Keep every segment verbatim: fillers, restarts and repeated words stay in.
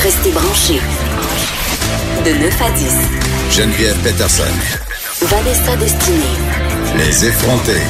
Restez branchés. De neuf à dix. Geneviève Peterson. Vanessa Destinée. Les effrontés.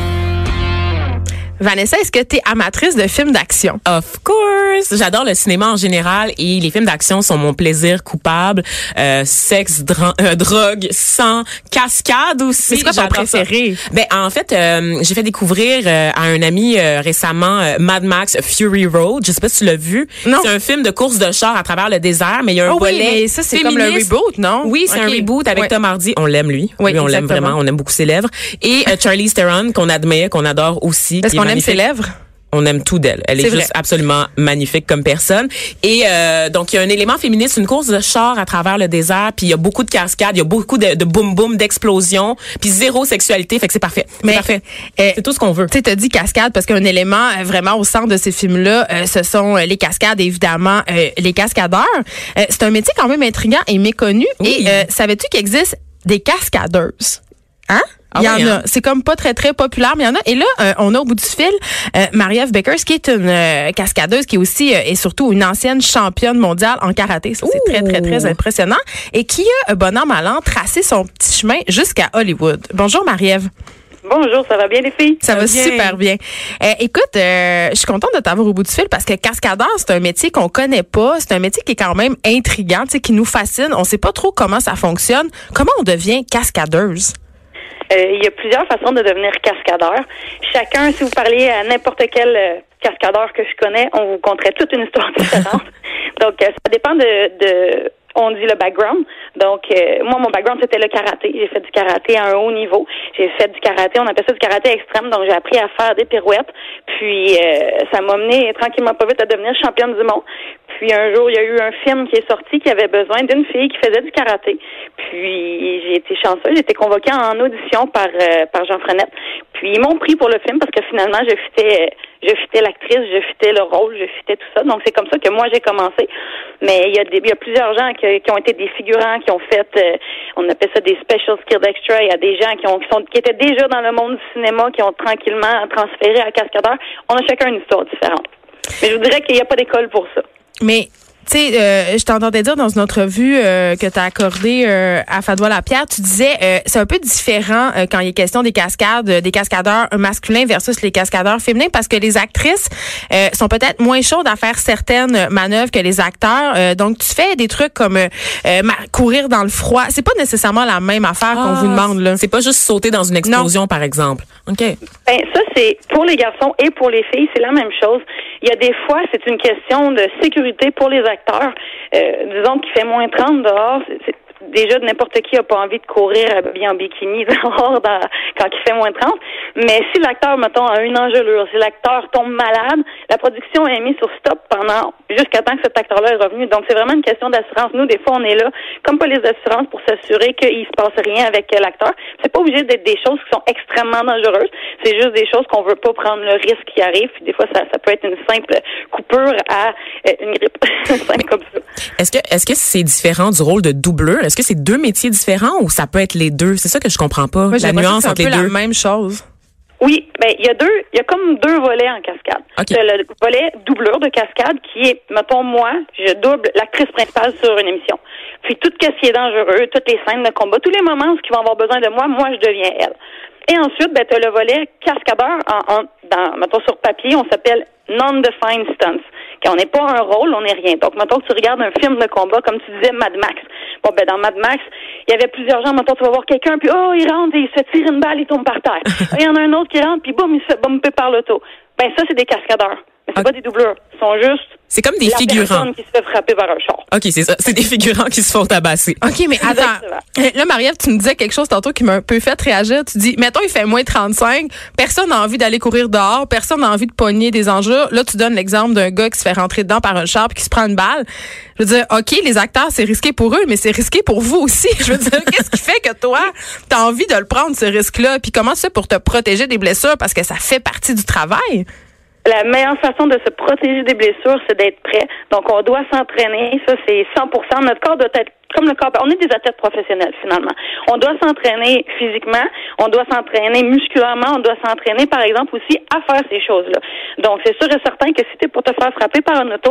Vanessa, est-ce que tu es amatrice de films d'action? Of course! J'adore le cinéma en général et les films d'action sont mon plaisir coupable. Euh, sexe, dra- euh, drogue, sang, cascade aussi. Mais c'est quoi ton J'adore préféré? Ça. Ben, en fait, euh, j'ai fait découvrir euh, à un ami euh, récemment euh, Mad Max Fury Road. Je sais pas si tu l'as vu. Non. C'est un film de course de char à travers le désert, mais il y a un Oh oui, volet mais ça, c'est féministe. comme le reboot, non? Oui, c'est Okay. un reboot avec ouais. Tom Hardy. On l'aime, lui. Oui, lui, on l'aime exactement. vraiment. On aime beaucoup ses lèvres. Et euh, Charlize Theron, qu'on admet, qu'on adore aussi. Est-ce qu'on aime ses lèvres? On aime tout d'elle. Elle est, C'est juste vrai. absolument magnifique comme personne. Et euh, donc, il y a un élément féministe, une course de char à travers le désert, puis il y a beaucoup de cascades, il y a beaucoup de, de boum-boum, d'explosions, puis zéro sexualité, fait que c'est parfait. C'est Mais, parfait. euh, c'est tout ce qu'on veut. Tu sais, t'as dit cascade parce qu'un élément euh, vraiment au centre de ces films-là, euh, ce sont euh, les cascades, évidemment, euh, les cascadeurs. Euh, c'est un métier quand même intriguant et méconnu. Oui. Et euh, savais-tu qu'il existe des cascadeuses? Hein? Ah Il y oui, en a. hein? C'est comme pas très, très populaire, mais il y en a. Et là, euh, on a au bout du fil euh, Marie-Ève Beckers, qui est une euh, cascadeuse, qui est aussi euh, et surtout une ancienne championne mondiale en karaté. Ça, c'est très, très, très impressionnant. Et qui a, bon an, mal an, tracé son petit chemin jusqu'à Hollywood. Bonjour, Marie-Ève. Bonjour, ça va bien les filles? Ça va bien. super bien. Euh, écoute, euh, je suis contente de t'avoir au bout du fil parce que cascadeur, c'est un métier qu'on connaît pas. C'est un métier qui est quand même intriguant, tu sais, qui nous fascine. On sait pas trop comment ça fonctionne. Comment on devient cascadeuse? Euh, il y a plusieurs façons de devenir cascadeur. Chacun, si vous parliez à n'importe quel euh, cascadeur que je connais, on vous conterait toute une histoire différente. Donc, euh, ça dépend de, de, on dit le background. Donc, euh, moi, mon background, c'était le karaté. J'ai fait du karaté à un haut niveau. J'ai fait du karaté, on appelle ça du karaté extrême. Donc, j'ai appris à faire des pirouettes. Puis, euh, ça m'a mené tranquillement pas vite à devenir championne du monde. Puis, un jour, il y a eu un film qui est sorti qui avait besoin d'une fille qui faisait du karaté. Puis, j'ai été chanceuse. J'ai été convoquée en audition par euh, par Jean Frenette. Puis, ils m'ont pris pour le film parce que finalement, je fitais, je fitais l'actrice, je fitais le rôle, je fitais tout ça. Donc, c'est comme ça que moi, j'ai commencé. Mais il y a des, il y a plusieurs gens qui, qui ont été des figurants, qui ont fait, euh, on appelle ça des special skilled extra. Il y a des gens qui ont, qui sont, qui étaient déjà dans le monde du cinéma, qui ont tranquillement transféré à cascadeur. On a chacun une histoire différente. Mais je vous dirais qu'il n'y a pas d'école pour ça. Mais tu sais, euh, je t'entendais dire dans une entrevue euh, que tu as accordée euh, à Fadois Lapierre, tu disais euh, c'est un peu différent euh, quand il est question des cascades, euh, des cascadeurs masculins versus les cascadeurs féminins, parce que les actrices euh, sont peut-être moins chaudes à faire certaines manœuvres que les acteurs. Euh, donc, tu fais des trucs comme euh, euh, courir dans le froid. C'est pas nécessairement la même affaire Ah, qu'on vous demande là. C'est pas juste sauter dans une explosion, par exemple. OK. Ben, ça, c'est pour les garçons et pour les filles, c'est la même chose. Il y a des fois, c'est une question de sécurité pour les acteurs. Euh, disons qu'il fait moins trente dehors, c'est, c'est déjà n'importe qui n'a pas envie de courir habillé en bikini dehors dans, quand il fait moins trente. Mais si l'acteur, mettons, a une engelure, si l'acteur tombe malade, la production est mise sur stop pendant jusqu'à temps que cet acteur-là est revenu. Donc, c'est vraiment une question d'assurance. Nous, des fois, on est là comme police d'assurance pour s'assurer qu'il se passe rien avec l'acteur. C'est pas obligé d'être des choses qui sont extrêmement dangereuses. C'est juste des choses qu'on veut pas prendre le risque qui arrive. Puis des fois, ça, ça peut être une simple coupure à euh, une grippe. simple comme ça. Est-ce que est-ce que c'est différent du rôle de doubleur? Est-ce que c'est deux métiers différents ou ça peut être les deux? C'est ça que je comprends pas. Moi, j'ai la l'impression nuance que entre c'est un les peu deux. la même chose. Oui, ben il y a deux, il y a comme deux volets en cascade. Okay. C'est le volet doublure de cascade qui est, mettons moi, je double l'actrice principale sur une émission. Puis tout ce qui est dangereux, toutes les scènes de combat, tous les moments où ils vont avoir besoin de moi, moi je deviens elle. Et ensuite, ben, tu as le volet cascadeur, en, en, dans, mettons, sur papier, on s'appelle non-defined stunts. Quand on n'est pas un rôle, on n'est rien. Donc, mettons que tu regardes un film de combat, comme tu disais, Mad Max. Bon, ben, dans Mad Max, il y avait plusieurs gens, mettons, tu vas voir quelqu'un, puis oh, il rentre, et il se fait tirer une balle, il tombe par terre. Il y en a un autre qui rentre, puis boum, il se fait bumper par l'auto. Ben, ça, c'est des cascadeurs. Mais c'est okay. pas des doubleurs. Ils sont juste... C'est comme des la figurants. personne qui se fait frapper par un char. OK, c'est ça. C'est des figurants qui se font tabasser. OK, mais attends. Là, Marie-Ève, tu me disais quelque chose tantôt qui m'a un peu fait réagir. Tu dis, mettons, il fait moins trente-cinq, personne n'a envie d'aller courir dehors, personne n'a envie de pogner des enjeux. Là, tu donnes l'exemple d'un gars qui se fait rentrer dedans par un char puis qui se prend une balle. Je veux dire, OK, les acteurs, c'est risqué pour eux, mais c'est risqué pour vous aussi. Je veux dire, qu'est-ce qui fait que toi, t'as envie de le prendre, ce risque-là? Puis comment ça pour te protéger des blessures? Parce que ça fait partie du travail. La meilleure façon de se protéger des blessures, c'est d'être prêt. Donc, on doit s'entraîner. Ça, c'est cent pour cent. Notre corps doit être comme le corps. On est des athlètes professionnels, finalement. On doit s'entraîner physiquement. On doit s'entraîner musculairement. On doit s'entraîner, par exemple, aussi à faire ces choses-là. Donc, c'est sûr et certain que si tu es pour te faire frapper par un auto,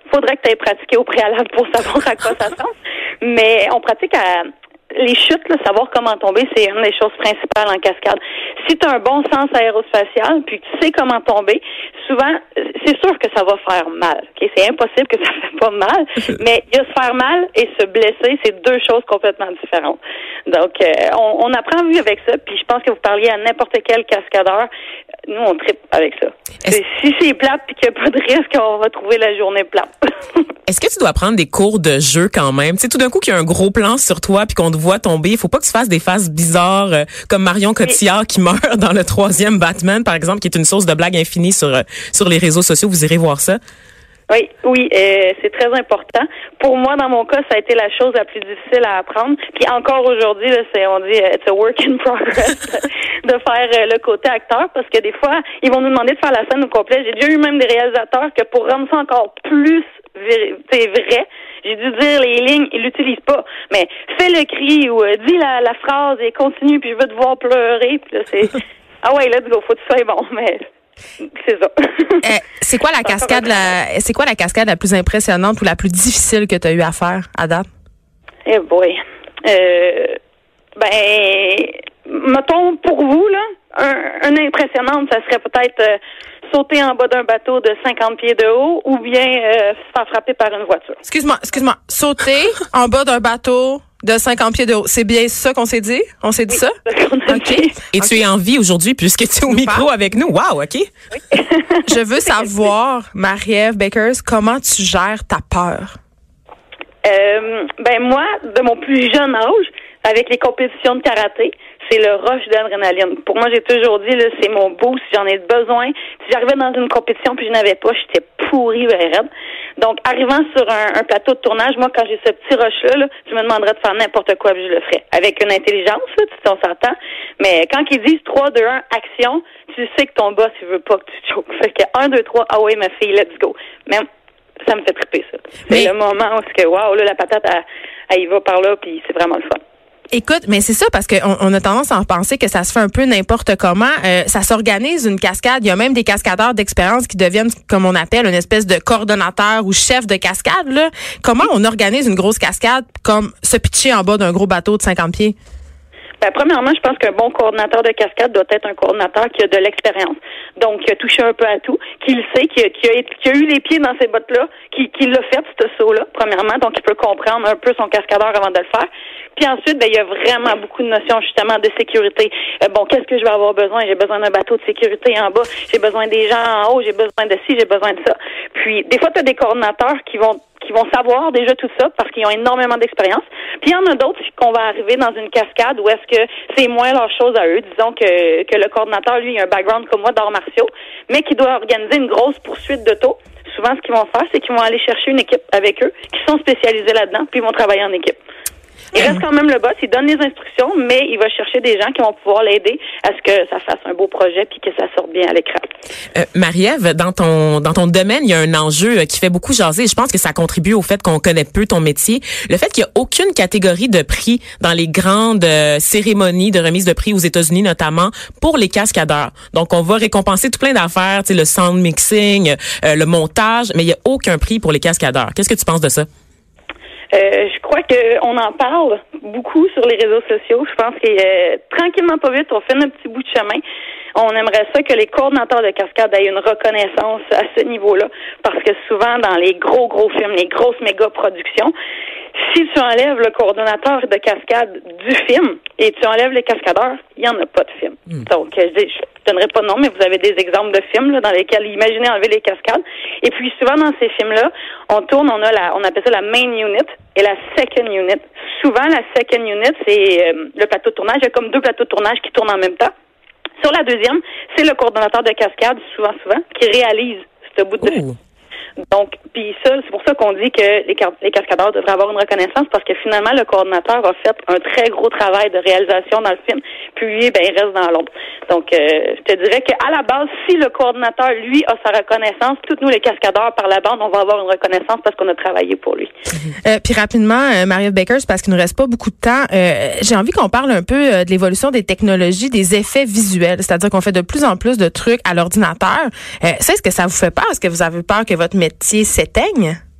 faudrait que tu aies pratiqué au préalable pour savoir à quoi ça ressemble. Mais on pratique à les chutes, là, savoir comment tomber, c'est une des choses principales en cascade. Si tu as un bon sens aérospatial, puis que tu sais comment tomber, souvent, c'est sûr que ça va faire mal. Okay? C'est impossible que ça ne fait pas mal, mais il y a se faire mal et se blesser, c'est deux choses complètement différentes. Donc, euh, on, on apprend vu avec ça, puis je pense que vous parliez à n'importe quel cascadeur, nous, on tripe avec ça. C'est, si c'est plate puis qu'il n'y a pas de risque, on va trouver la journée plate. Est-ce que tu dois prendre des cours de jeu quand même? Tu sais, tout d'un coup qu'il y a un gros plan sur toi puis qu'on te voit tomber, il faut pas que tu fasses des faces bizarres euh, comme Marion Cotillard qui meurt dans le troisième Batman, par exemple, qui est une source de blague infinie sur euh, sur les réseaux sociaux. Vous irez voir ça. Oui, oui, euh, c'est très important. Pour moi, dans mon cas, ça a été la chose la plus difficile à apprendre. Puis encore aujourd'hui, là, c'est, on dit, it's a work in progress de faire euh, le côté acteur, parce que des fois, ils vont nous demander de faire la scène au complet. J'ai déjà eu même des réalisateurs que pour rendre ça encore plus c'est vrai, j'ai dû dire les lignes, ils l'utilisent pas. Mais fais le cri ou euh, dis la, la phrase et continue, puis je veux te voir pleurer. Puis là, c'est ah ouais, let's go, faut que tu sois bon, mais c'est ça. euh, c'est quoi la cascade la c'est quoi la cascade la plus impressionnante ou la plus difficile que tu as eu à faire à date? Eh boy. Euh, ben mettons pour vous là, un, un impressionnante, ça serait peut-être euh, sauter en bas d'un bateau de cinquante pieds de haut ou bien euh, se faire frapper par une voiture. Excuse-moi, excuse-moi. Sauter en bas d'un bateau de cinquante pieds de haut. C'est bien ça qu'on s'est dit? On s'est dit oui, ça? C'est qu'on a OK. dit. Et okay. Tu es en vie aujourd'hui puisque tu es au micro parle. Avec nous. Wow, OK. Oui. Je veux savoir, Marie-Ève Bakers, comment tu gères ta peur? Euh, ben moi, de mon plus jeune âge, avec les compétitions de karaté, c'est le rush d'adrénaline. Pour moi, j'ai toujours dit, là, c'est mon boost, j'en ai besoin. Si j'arrivais dans une compétition puis je n'avais pas, j'étais pourrie, ben raide. Donc, arrivant sur un, un plateau de tournage, moi, quand j'ai ce petit rush-là, là, je me demanderais de faire n'importe quoi puis je le ferais. Avec une intelligence, là, tu on s'entend. Mais quand ils disent trois, deux, un, action, tu sais que ton boss, il veut pas que tu te choques. Fait que un, deux, trois, ah ouais, ma fille, let's go. Mais ça me fait triper, ça. Mais... C'est le moment où c'est que, waouh, là, la patate, elle, elle y va par là puis c'est vraiment le fun. Écoute, mais c'est ça parce qu'on on a tendance à en penser que ça se fait un peu n'importe comment. Euh, ça s'organise une cascade. Il y a même des cascadeurs d'expérience qui deviennent, comme on appelle, une espèce de coordonnateur ou chef de cascade. Là. Comment on organise une grosse cascade comme se pitcher en bas d'un gros bateau de cinquante pieds? Ben, premièrement, je pense qu'un bon coordonnateur de cascade doit être un coordonnateur qui a de l'expérience. Donc, qui a touché un peu à tout, qui le sait, qui a, qui a, qui a eu les pieds dans ces bottes-là, qui, qui l'a fait, ce saut-là, premièrement. Donc, il peut comprendre un peu son cascadeur avant de le faire. Puis ensuite, ben, il y a vraiment beaucoup de notions, justement, de sécurité. Euh, bon, qu'est-ce que je vais avoir besoin? J'ai besoin d'un bateau de sécurité en bas. J'ai besoin des gens en haut. J'ai besoin de ci, j'ai besoin de ça. Puis, des fois, tu as des coordonnateurs qui vont qui vont savoir déjà tout ça parce qu'ils ont énormément d'expérience. Puis il y en a d'autres qu'on va arriver dans une cascade où est-ce que c'est moins leur chose à eux. Disons que, que le coordonnateur, lui, a un background comme moi d'arts martiaux, mais qui doit organiser une grosse poursuite d'auto. Souvent, ce qu'ils vont faire, c'est qu'ils vont aller chercher une équipe avec eux qui sont spécialisés là-dedans, puis ils vont travailler en équipe. Il reste quand même le boss, il donne les instructions, mais il va chercher des gens qui vont pouvoir l'aider à ce que ça fasse un beau projet puis que ça sorte bien à l'écran. Euh, Marie-Ève, dans ton dans ton domaine, il y a un enjeu qui fait beaucoup jaser. Je pense que ça contribue au fait qu'on connaît peu ton métier. Le fait qu'il n'y a aucune catégorie de prix dans les grandes euh, cérémonies de remise de prix aux États-Unis, notamment pour les cascadeurs. Donc, on va récompenser tout plein d'affaires, tu sais, le sound mixing, euh, le montage, mais il n'y a aucun prix pour les cascadeurs. Qu'est-ce que tu penses de ça? Euh, je crois qu'on en parle beaucoup sur les réseaux sociaux. Je pense que euh, tranquillement, pas vite, on fait un petit bout de chemin. On aimerait ça que les coordonnateurs de cascade aient une reconnaissance à ce niveau-là, parce que souvent, dans les gros, gros films, les grosses méga-productions, si tu enlèves le coordonnateur de cascade du film et tu enlèves les cascadeurs, il n'y en a pas de film. Mm. Donc, je ne donnerai pas de nom, mais vous avez des exemples de films là, dans lesquels imaginez enlever les cascades. Et puis, souvent, dans ces films-là, on tourne, on a la, on appelle ça la main unit et la second unit. Souvent, la second unit, c'est euh, le plateau de tournage. Il y a comme deux plateaux de tournage qui tournent en même temps. Sur la deuxième, c'est le coordonnateur de cascade, souvent, souvent, qui réalise ce bout de film. Donc, puis ça, c'est pour ça qu'on dit que les, les cascadeurs devraient avoir une reconnaissance parce que finalement, le coordonnateur a fait un très gros travail de réalisation dans le film, puis lui, ben, il reste dans l'ombre. Donc, euh, je te dirais qu'à la base, si le coordonnateur, lui, a sa reconnaissance, toutes nous, les cascadeurs, par la bande, on va avoir une reconnaissance parce qu'on a travaillé pour lui. Euh, puis rapidement, euh, Marie-Ève Bakers, parce qu'il ne nous reste pas beaucoup de temps, euh, j'ai envie qu'on parle un peu euh, de l'évolution des technologies, des effets visuels, c'est-à-dire qu'on fait de plus en plus de trucs à l'ordinateur. Euh, ça, est-ce que ça vous fait peur? Est-ce que vous avez peur que votre métier s'éteigne?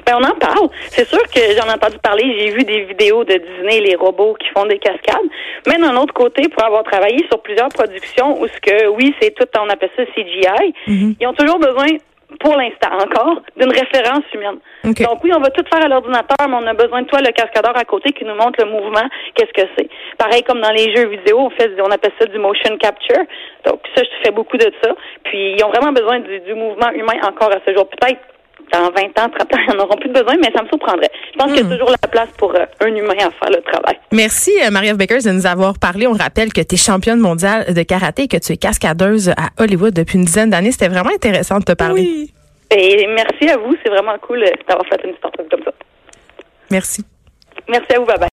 Ben, on en parle. C'est sûr que j'en ai entendu parler. J'ai vu des vidéos de Disney, les robots qui font des cascades. Mais d'un autre côté, pour avoir travaillé sur plusieurs productions où ce que, oui, c'est tout, on appelle ça C G I, mm-hmm. ils ont toujours besoin, pour l'instant encore, d'une référence humaine. Okay. Donc oui, on va tout faire à l'ordinateur, mais on a besoin de toi, le cascadeur à côté, qui nous montre le mouvement, qu'est-ce que c'est. Pareil comme dans les jeux vidéo, on fait, on appelle ça du motion capture. Donc ça, je fais beaucoup de ça. Puis ils ont vraiment besoin du, du mouvement humain encore à ce jour. Peut-être dans vingt ans, trente ans, ils n'en auront plus de besoin, mais ça me surprendrait. Je pense mmh. qu'il y a toujours la place pour euh, un humain à faire le travail. Merci, Marie-Ève Beckers, de nous avoir parlé. On rappelle que tu es championne mondiale de karaté et que tu es cascadeuse à Hollywood depuis une dizaine d'années. C'était vraiment intéressant de te parler. Oui. Et merci à vous. C'est vraiment cool d'avoir fait une start-up comme ça. Merci. Merci à vous. Bye-bye.